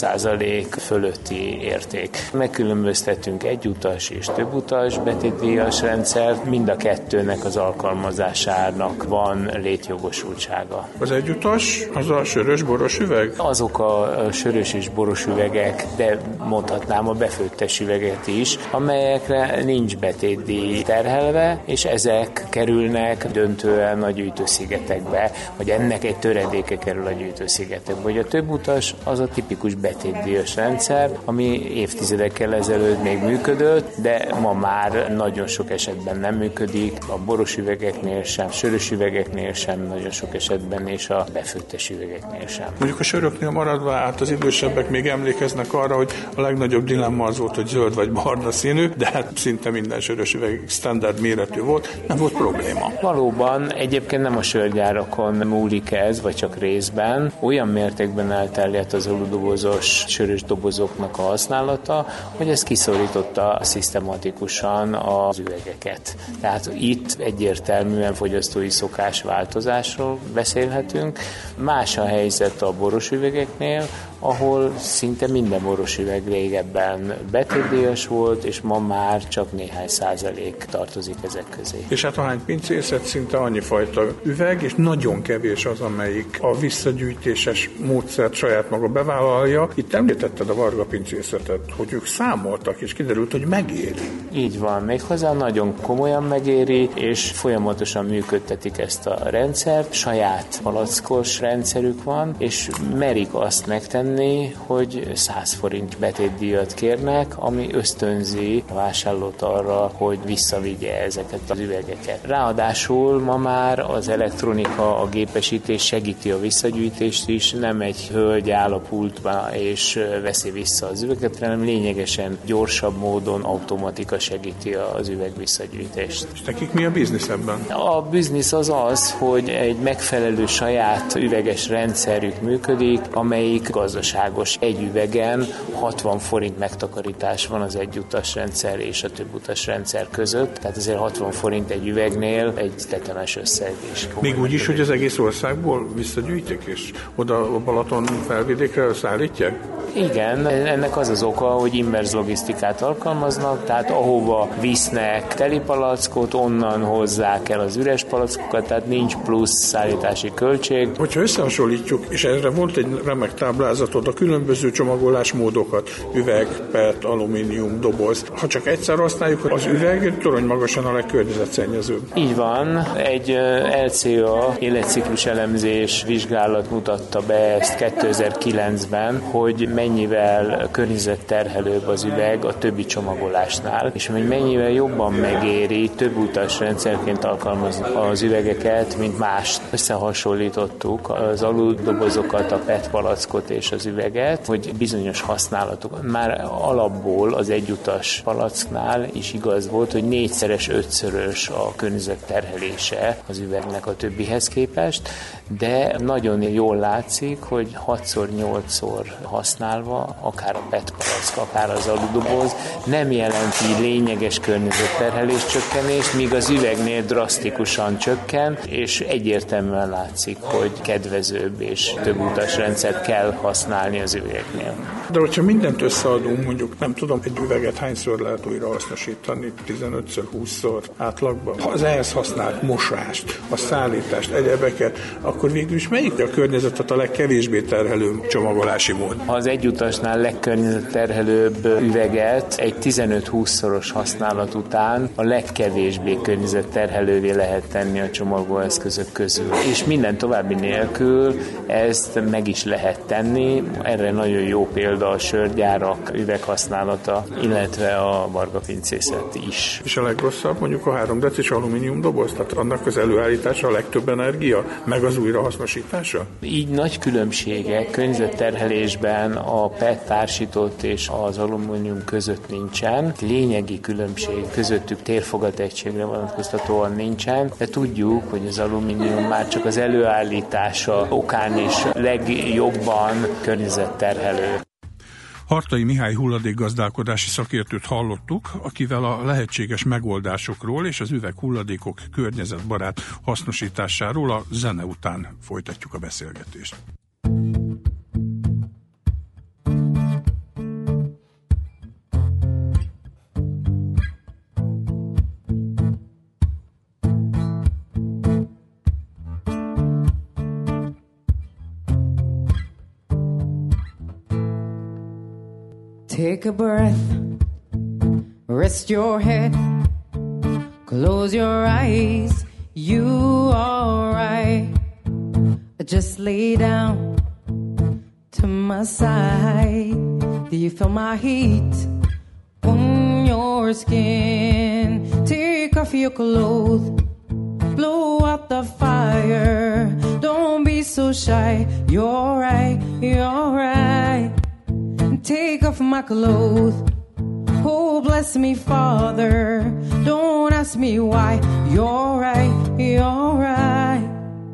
[SPEAKER 13] 70% fölötti érték. Megkülönböztetünk egyutas és többutas betétdíjas rendszert, mind a kettőnek az alkalmazásának van létjogosultsága.
[SPEAKER 12] Az egyutas, az a sörös-boros üveg?
[SPEAKER 13] Azok a sörös és boros üvegek, de mondhatnám a befőttes üveget is, amelyekre nincs betétdíj terhelve, és ezek kerülnek döntően a gyűjtőszigetekbe, vagy ennek egy töredéke kerül a gyűjtőszigetekbe. Hogy a többutas az a tipikus betétdíjas rendszer, ami évtizedekkel ezelőtt még működött, de ma már nagyon sok esetben nem működik, a boros üvegeknél sem, sörös üvegeknél sem, nagyon sok esetben, és a befőttes üvegeknél sem.
[SPEAKER 12] Mondjuk a söröknél maradva át az idősebbek még emlékeznek arra, hogy a legnagyobb dilemma az volt, hogy zöld vagy barna színű, de hát szinte minden sörös üveg standard méretű volt, nem volt probléma.
[SPEAKER 13] Valóban egyébként nem a sörgyárakon múlik ez, vagy csak részben. Olyan mértékben elterjedt az aludobozos sörös dobozoknak a használata, hogy ez kiszorította szisztematikusan az üvegeket. Tehát itt egyértelműen fogyasztói szokásváltozásról beszélhetünk. Más a helyzet a boros üvegeknél, ahol szinte minden boros üveg régebben betétdíjas volt, és ma már csak néhány százalék tartozik ezek közé.
[SPEAKER 12] És hát ahány pincészet, szinte annyi fajta üveg, és nagyon kevés az, amelyik a visszagyűjtéses módszert saját maga bevállalja. Itt említetted a Varga pincészetet, hogy ők számoltak, és kiderült, hogy megéri.
[SPEAKER 13] Így van, méghozzá nagyon komolyan megéri, és folyamatosan működtetik ezt a rendszert. Saját palackos rendszerük van, és merik azt megtenni, hogy 100 forint betétdíjat kérnek, ami ösztönzi a vásárlót arra, hogy visszavigye ezeket az üvegeket. Ráadásul ma már az elektronika, a gépesítés segíti a visszagyűjtést is, nem egy hölgy áll a pultba és veszi vissza az üveget, hanem lényegesen gyorsabb módon automatika segíti az üveg visszagyűjtést.
[SPEAKER 12] És nekik mi a biznisz ebben?
[SPEAKER 13] A biznisz az, hogy egy megfelelő saját üveges rendszerük működik, amelyik gazdaságos. Egy üvegen 60 forint megtakarítás van az egyutas rendszer és a többutas rendszer között, tehát azért 60 forint egy üvegnél egy tetemes összeg is.
[SPEAKER 12] Még úgy is, hogy az egész országból visszagyűjtik, és oda a Balaton felvidékre szállítják?
[SPEAKER 13] Igen, ennek az az oka, hogy inverz logisztikát alkalmaznak, tehát ahova visznek teli palackot, onnan hozzák el az üres palackokat, tehát nincs plusz szállítási költség.
[SPEAKER 12] Hogyha összehasonlítjuk, és erre volt egy remek táblázatod, a különböző csomagolásmódokat, üveg, PET, alumínium, doboz. Ha csak egyszer használjuk, az üveg torony magasan a legkörnyezetszennyezőbb.
[SPEAKER 13] Így van, egy LCA életciklus elemzés vizsgálat mutatta be ezt 2009-ben, hogy mennyivel környezetterhelőbb az üveg a többi csomagolásnál, és hogy mennyivel jobban megéri több utas rendszerként alkalmazni az üvegeket, mint más. Összehasonlítottuk az aluddobozokat, a PET palackot és az üveget, hogy bizonyos használatokat. Már alapból az egyutas palacknál is igaz volt, hogy 4-szeres, 5-szörös a környezetterhelése az üvegnek a többihez képest, de nagyon jól látszik, hogy 6-8-szor használva, akár a PET palack, akár az aludoboz nem jelenti lényeges környezetterhelés csökkenést, míg az üvegnél drasztikusan csökken, és egyértelműen látszik, hogy kedvezőbb és több utas rendszert kell használni az üvegeknél.
[SPEAKER 12] De hogyha mindent összeadunk, mondjuk nem tudom, egy üveget hányszor lehet újra hasznosítani, 15-ször, 20-szor átlagban. Ha az ehhez használt mosást, a szállítást, egyebeket, akkor végül is melyik a környezetet a legkevésbé terhelő csomagolási mód?
[SPEAKER 13] Ha az egyutasnál legkörnyezetterhelőbb üveget egy 15-20-szoros használat után a legkevésbé környezetterhelővé lehet tenni a csomagolóeszközök közül. És minden további nélkül ezt meg is lehet tenni. Erre nagyon jó példa a sörgyárak üveghasználata, illetve a Varga pincészet is.
[SPEAKER 12] És a legrosszabb mondjuk a 3 decis alumínium doboz, tehát annak az előállítása a legtöbb energia, meg az újrahasznosítása?
[SPEAKER 13] Így nagy különbségek környezetterhelésben a PET társított és az alumínium között nincsen. Lényegi különbség közöttük térfogategységre vonatkoztatóan nincsen, de tudjuk, hogy az alumínium már csak az előállítása okán is legjobban környezetterhelő.
[SPEAKER 12] Hartai Mihály hulladékgazdálkodási szakértőt hallottuk, akivel a lehetséges megoldásokról és az üveghulladékok környezetbarát hasznosításáról a zene után folytatjuk a beszélgetést.
[SPEAKER 14] Take a breath, rest your head, close your eyes, you alright. Just lay down to my side. Do you feel my heat on your skin? Take off your clothes, blow out the fire. Don't be so shy, you're right, you're right. Take off my clothes. Oh, bless me, Father. Don't ask me why. You're right, you're right.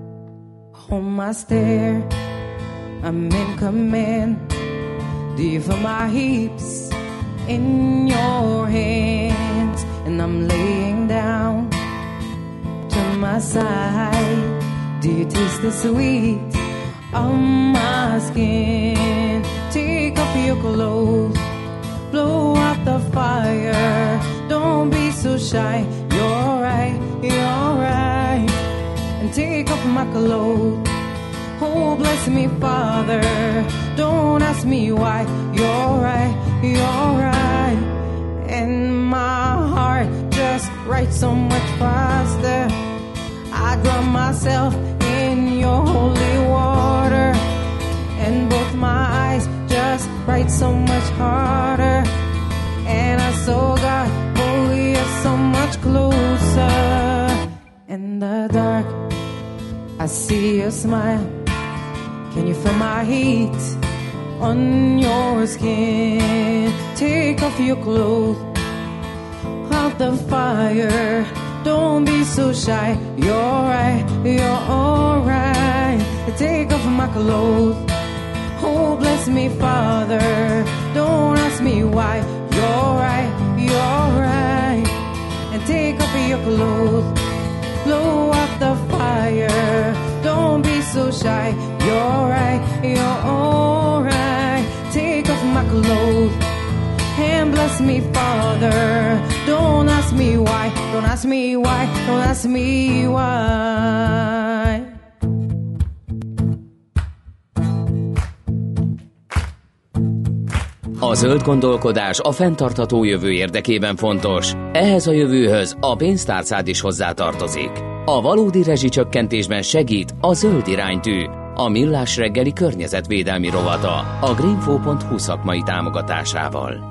[SPEAKER 14] On my stair, I'm in command. Do you feel my heaps in your hands? And I'm laying down to my side. Do you taste the sweet on my skin? Take off your clothes, blow out the fire. Don't be so shy, you're right, you're right. And take off my clothes. Oh, bless me, Father. Don't ask me why, you're right, you're right. And my heart just writes so much faster. I drown myself in your holy water. And both my eyes just write so much harder. And I saw God, oh, you're so much closer. In the dark, I see your smile. Can you feel my heat on your skin? Take off your clothes, out the fire. Don't be so shy, you're right, you're alright. Take off my clothes. Oh, bless me, Father. Don't ask me why. You're right, you're right. And take off your clothes, blow out the fire. Don't be so shy. You're right, you're alright. Take off my clothes and bless me, Father. Don't ask me why. Don't ask me why. Don't ask me why.
[SPEAKER 1] A zöld gondolkodás a fenntartható jövő érdekében fontos. Ehhez a jövőhöz a pénztárcád is hozzátartozik. A valódi rezsicsökkentésben segít a Zöld iránytű, a Millás reggeli környezetvédelmi rovata, a greenfo.hu szakmai támogatásával.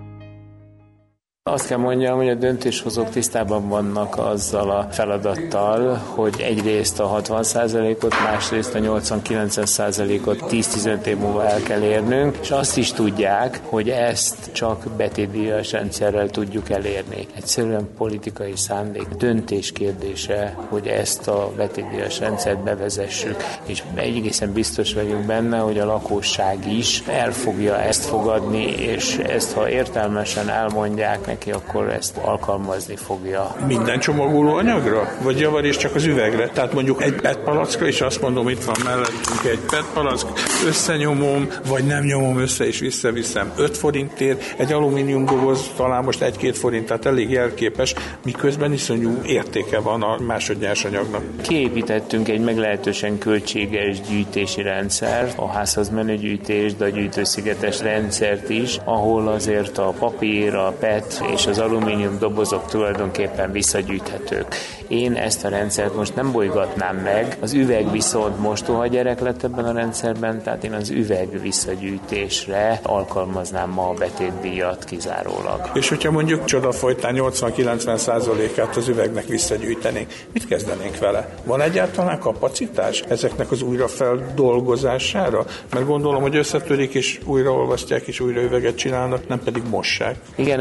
[SPEAKER 13] Azt kell mondjam, hogy a döntéshozók tisztában vannak azzal a feladattal, hogy egyrészt a 60%-ot, másrészt a 80-90%-ot 10-15 év múlva el kell érnünk, és azt is tudják, hogy ezt csak betétdíjas rendszerrel tudjuk elérni. Egyszerűen politikai szándék, döntés kérdése, hogy ezt a betétdíjas rendszert bevezessük, és egészen biztos vagyunk benne, hogy a lakosság is el fogja ezt fogadni, és ezt, ha értelmesen elmondják neki, akkor ezt alkalmazni fogja.
[SPEAKER 12] Minden csomagoló anyagra? Vagy javarészt csak az üvegre? Tehát mondjuk egy PET palackra, és azt mondom, itt van mellettünk egy PET palack, összenyomom, vagy nem nyomom össze, és visszaviszem 5 forintért, egy alumínium doboz talán most 1-2 forint, tehát elég jelképes, miközben iszonyú értéke van a másodnyersanyagnak.
[SPEAKER 13] Kiépítettünk egy meglehetősen költséges gyűjtési rendszert, a házhoz menő gyűjtést, de a gyűjtőszigetes rendszert is, ahol azért a papír, a PET és az alumínium dobozok tulajdonképpen visszagyűjthetők. Én ezt a rendszert most nem bolygatnám meg, az üveg viszont mostoha gyerek lett ebben a rendszerben, tehát én az üveg visszagyűjtésre alkalmaznám ma a betétdíjat kizárólag.
[SPEAKER 12] És hogyha mondjuk csodafolytán 80-90%-át az üvegnek visszagyűjtenénk, mit kezdenénk vele? Van egyáltalán kapacitás ezeknek az újrafeldolgozására? Mert gondolom, hogy összetörik és újraolvasztják és újra üveget csinálnak, nem pedig mossák.
[SPEAKER 13] Igen, ebben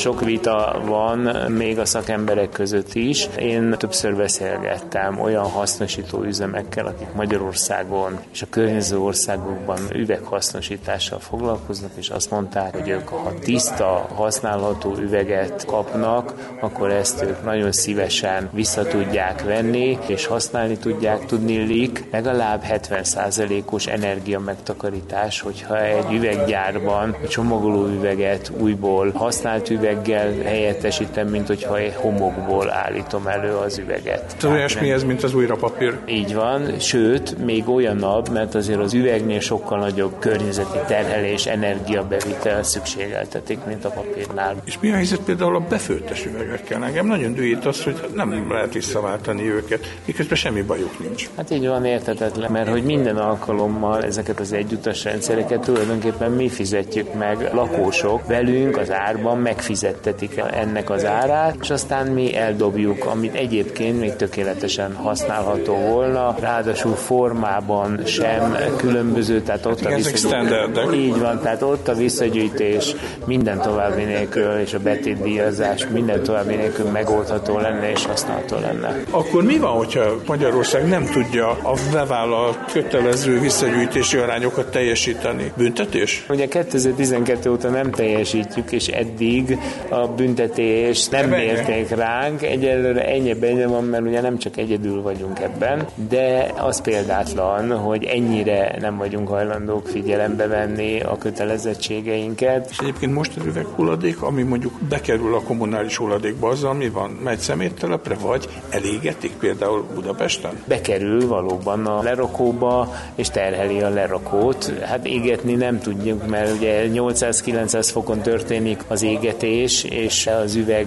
[SPEAKER 13] sok vita van még a szakemberek között is. Én többször beszélgettem olyan hasznosító üzemekkel, akik Magyarországon és a környező országokban üveghasznosítással foglalkoznak, és azt mondták, hogy ők, ha tiszta, használható üveget kapnak, akkor ezt ők nagyon szívesen vissza tudják venni, és használni tudják. Tudniillik legalább 70%-os energia megtakarítás, hogyha egy üveggyárban a csomagoló üveget újból használt üveggel helyettesítem, mint hogyha egy homokból állítom elő az üveget.
[SPEAKER 12] Ez olyasmi ez, mint az újrapapír.
[SPEAKER 13] Így van, sőt, még olyanabb, mert azért az üvegnél sokkal nagyobb környezeti terhelés, energiabevitel szükségeltetik, mint a papírnál.
[SPEAKER 12] És mi a helyzet például a befőttes üvegekkel? Engem nagyon dühít az, hogy nem lehet visszaváltani őket, miközben semmi bajuk nincs.
[SPEAKER 13] Hát így van, érthetetlen, mert hogy minden alkalommal ezeket az egyutas rendszereket tulajdonképpen mi fizetjük meg, lakósok velünk az árban megfizettetik ennek az árát, és aztán mi eldobjuk, amit egyébként még tökéletesen használható volna, ráadásul formában sem különböző, tehát ott a visszagyűjtés. Így van, tehát ott a visszagyűjtés minden további nélkül, és a betétdíjazás minden további nélkül megoldható lenne és használható lenne.
[SPEAKER 12] Akkor mi van, hogyha Magyarország nem tudja a bevállalt kötelező visszagyűjtési arányokat teljesíteni? Büntetés?
[SPEAKER 13] Ugye 2012 óta nem teljesítjük, és eddig a büntetést nem mérték ránk. Egyelőre ennyi van, mert ugye nem csak egyedül vagyunk ebben, de az példátlan, hogy ennyire nem vagyunk hajlandók figyelembe venni a kötelezettségeinket.
[SPEAKER 12] És egyébként most az üveghulladék, ami mondjuk bekerül a kommunális hulladékba, azzal mi van? Megy szeméttelepre, vagy elégetik például Budapesten?
[SPEAKER 13] Bekerül valóban a lerakóba, és terheli a lerakót. Hát égetni nem tudjuk, mert ugye 800-900 fokon történik az égetés, és az üveg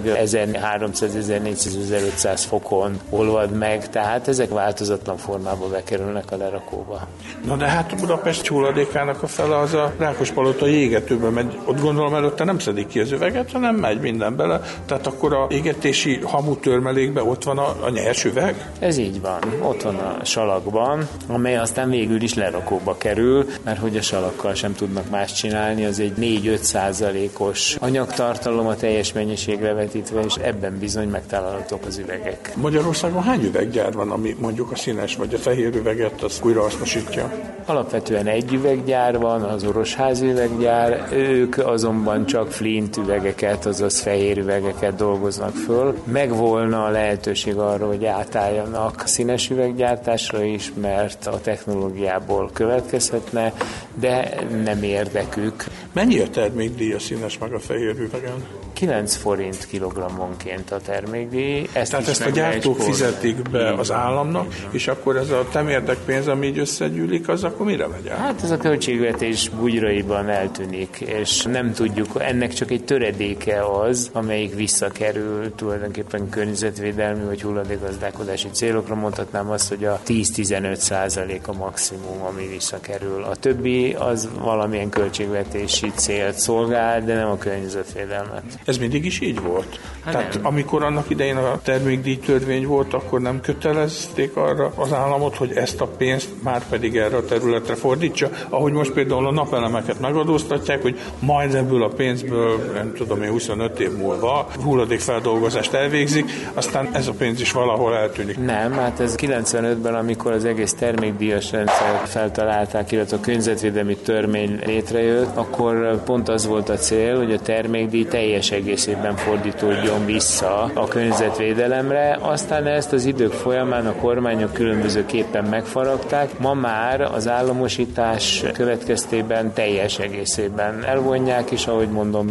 [SPEAKER 13] 1300-1400-1500 fokon olvad meg, tehát ezek változatlan formában bekerülnek a lerakóba.
[SPEAKER 12] Na de hát a Budapest hulladékának a fele az a Rákospalota égetőbe megy. Ott gondolom előtte nem szedik ki az üveget, hanem megy minden bele. Tehát akkor a égetési hamutörmelékben ott van a nyers üveg?
[SPEAKER 13] Ez így van. Ott van a salakban, amely aztán végül is lerakóba kerül, mert hogy a salakkal sem tudnak más csinálni, az egy 4-5%-os anyagtartalom a teljes mennyiségre vetítve, és ebben bizony megtalálhatók az üvegek.
[SPEAKER 12] Magyarországon hány üveggyár van, ami mondjuk a színes vagy a fehér üveget az újrahasznosítja?
[SPEAKER 13] Alapvetően egy üveggyár van, az Orosházi üveggyár, ők azonban csak flint üvegeket, azaz fehér üvegeket dolgoznak föl. Megvolna a lehetőség arra, hogy átálljanak színes üveggyártásra is, mert a technológiából következhetne, de nem érdekük.
[SPEAKER 12] Mennyi a termékdíj a színes meg a fehér üvegen?
[SPEAKER 13] 9 forint kilogrammonként a termékdíj.
[SPEAKER 12] Tehát ezt a gyártók fizetik be az államnak, és akkor ez a temérdekpénz, ami így összegyűlik, az akkor mire megy el?
[SPEAKER 13] Hát ez a költségvetés bugyraiban eltűnik, és nem tudjuk, ennek csak egy töredéke az, amelyik visszakerül tulajdonképpen környezetvédelmi vagy hulladékgazdálkodási célokra. Mondhatnám azt, hogy a 10-15% a maximum, ami visszakerül. A többi az valamilyen költségvetési célt szolgál, de nem a környezetvédelmet.
[SPEAKER 12] Ez mindig is így volt?
[SPEAKER 13] Hát
[SPEAKER 12] tehát
[SPEAKER 13] nem.
[SPEAKER 12] Amikor annak idején a termékdíj törvény volt, akkor nem kötelezték arra az államot, hogy ezt a pénzt már pedig erre a területre fordítsa, ahogy most például a napelemeket megadóztatják, hogy majd ebből a pénzből, nem tudom én, 25 év múlva hulladékfeldolgozást elvégzik, aztán ez a pénz is valahol eltűnik.
[SPEAKER 13] Nem, hát ez 95-ben, amikor az egész termékdíjas rendszert feltalálták, illetve a környezetvédelmi törvény létrejött, akkor pont az volt a cél, hogy a termékdíj teljes egészében fordítódjon vissza a környezetvédelemre. Aztán ezt az idők folyamán a kormányok különbözőképpen megfaragták. Ma már az államosítás következtében teljes egészében elvonják, és ahogy mondom,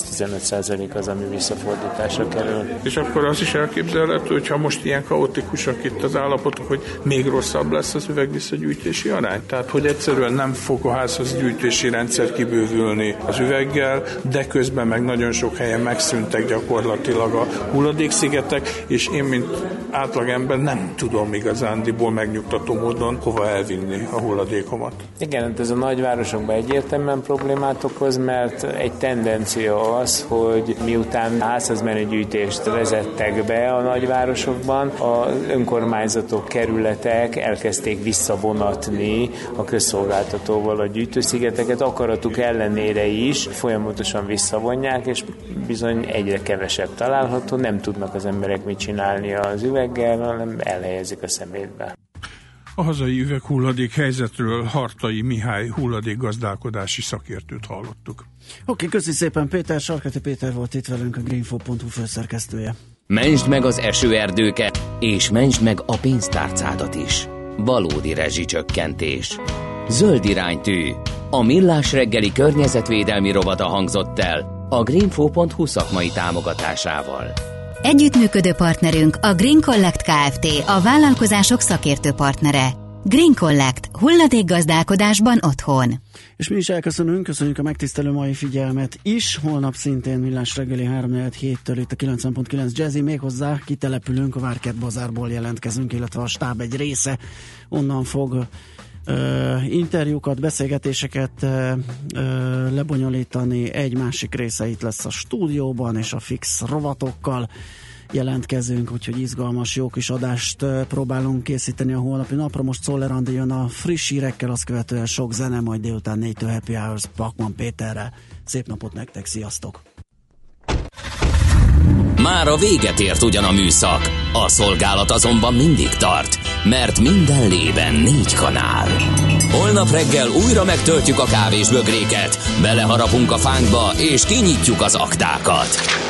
[SPEAKER 13] 10-15% az, ami visszafordításra kerül.
[SPEAKER 12] És akkor az is elképzelhető, hogyha most ilyen kaotikusak itt az állapotok, hogy még rosszabb lesz az üvegvisszagyűjtési arány? Tehát, hogy egyszerűen nem fog a házhoz gyűjtési rendszer kibővülni az üveggel, de közben meg nagyon sok helyen megszűntek gyakorlatilag a hulladékszigetek, és én, mint átlagember nem tudom igazándiból megnyugtató módon hova elvinni a hulladékomat.
[SPEAKER 13] Igen, ez a nagyvárosokban egyértelműen problémát okoz, mert egy tendencia az, hogy miután házhozmenőgyűjtést vezettek be a nagyvárosokban, az önkormányzatok, kerületek elkezdték visszavonatni a közszolgáltatóval a gyűjtőszigeteket, akaratuk ellenére is folyamatosan visszavonják, és bizony egyre kevesebb található, nem tudnak az emberek mit csinálni az üveggel, hanem elhelyezik a szemétbe.
[SPEAKER 12] A hazai üveghulladék helyzetről Hartai Mihály hulladékgazdálkodási szakértőt hallottuk.
[SPEAKER 2] Oké, köszi szépen Péter, Sarkati Péter volt itt velünk, a greenfo.hu főszerkesztője.
[SPEAKER 1] Mentsd meg az esőerdőket, és mentsd meg a pénztárcádat is. Valódi rezsicsökkentés. Zöld iránytű. A Millás reggeli környezetvédelmi rovata hangzott el a greenfo.hu szakmai támogatásával.
[SPEAKER 11] Együttműködő partnerünk a Green Collect Kft. A vállalkozások szakértő partnere. Green Collect. Hulladékgazdálkodásban otthon.
[SPEAKER 2] És mi is köszönjük a megtisztelő mai figyelmet is. Holnap szintén Millás reggeli 3-4-7-től itt a 90.9 Jazzy, méghozzá kitelepülünk, a Várkert bazárból jelentkezünk, illetve a stáb egy része onnan fog interjúkat, beszélgetéseket lebonyolítani, egy másik része itt lesz a stúdióban, és a fix rovatokkal jelentkezünk, úgyhogy izgalmas, jó kis adást próbálunk készíteni a holnapi napra. Most Czoller Andi jön a friss hírekkel, azt követően sok zene, majd délután 4-től Happy Hours Pakman Péterrel. Szép napot nektek, sziasztok!
[SPEAKER 1] Már a véget ért ugyan a műszak, a szolgálat azonban mindig tart, mert minden lében 4 kanál. Holnap reggel újra megtöltjük a kávésbögréket, beleharapunk a fánkba és kinyitjuk az aktákat.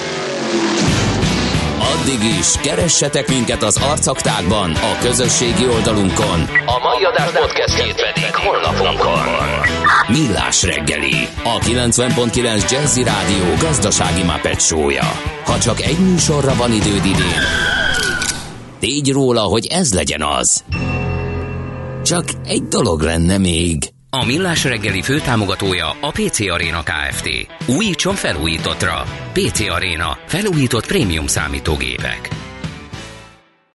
[SPEAKER 1] Addig is keressetek minket az arcaktákban, a közösségi oldalunkon. A mai adás podcastjét pedig honlapunkon. Millás reggeli, a 90.9 Jazzy Rádió gazdasági Muppet show-ja. Ha csak egy műsorra van időd idén, tégy róla, hogy ez legyen az. Csak egy dolog lenne még. A Millás reggeli főtámogatója a PC Arena Kft. Újítson felújítottra. PC Arena. Felújított prémium számítógépek.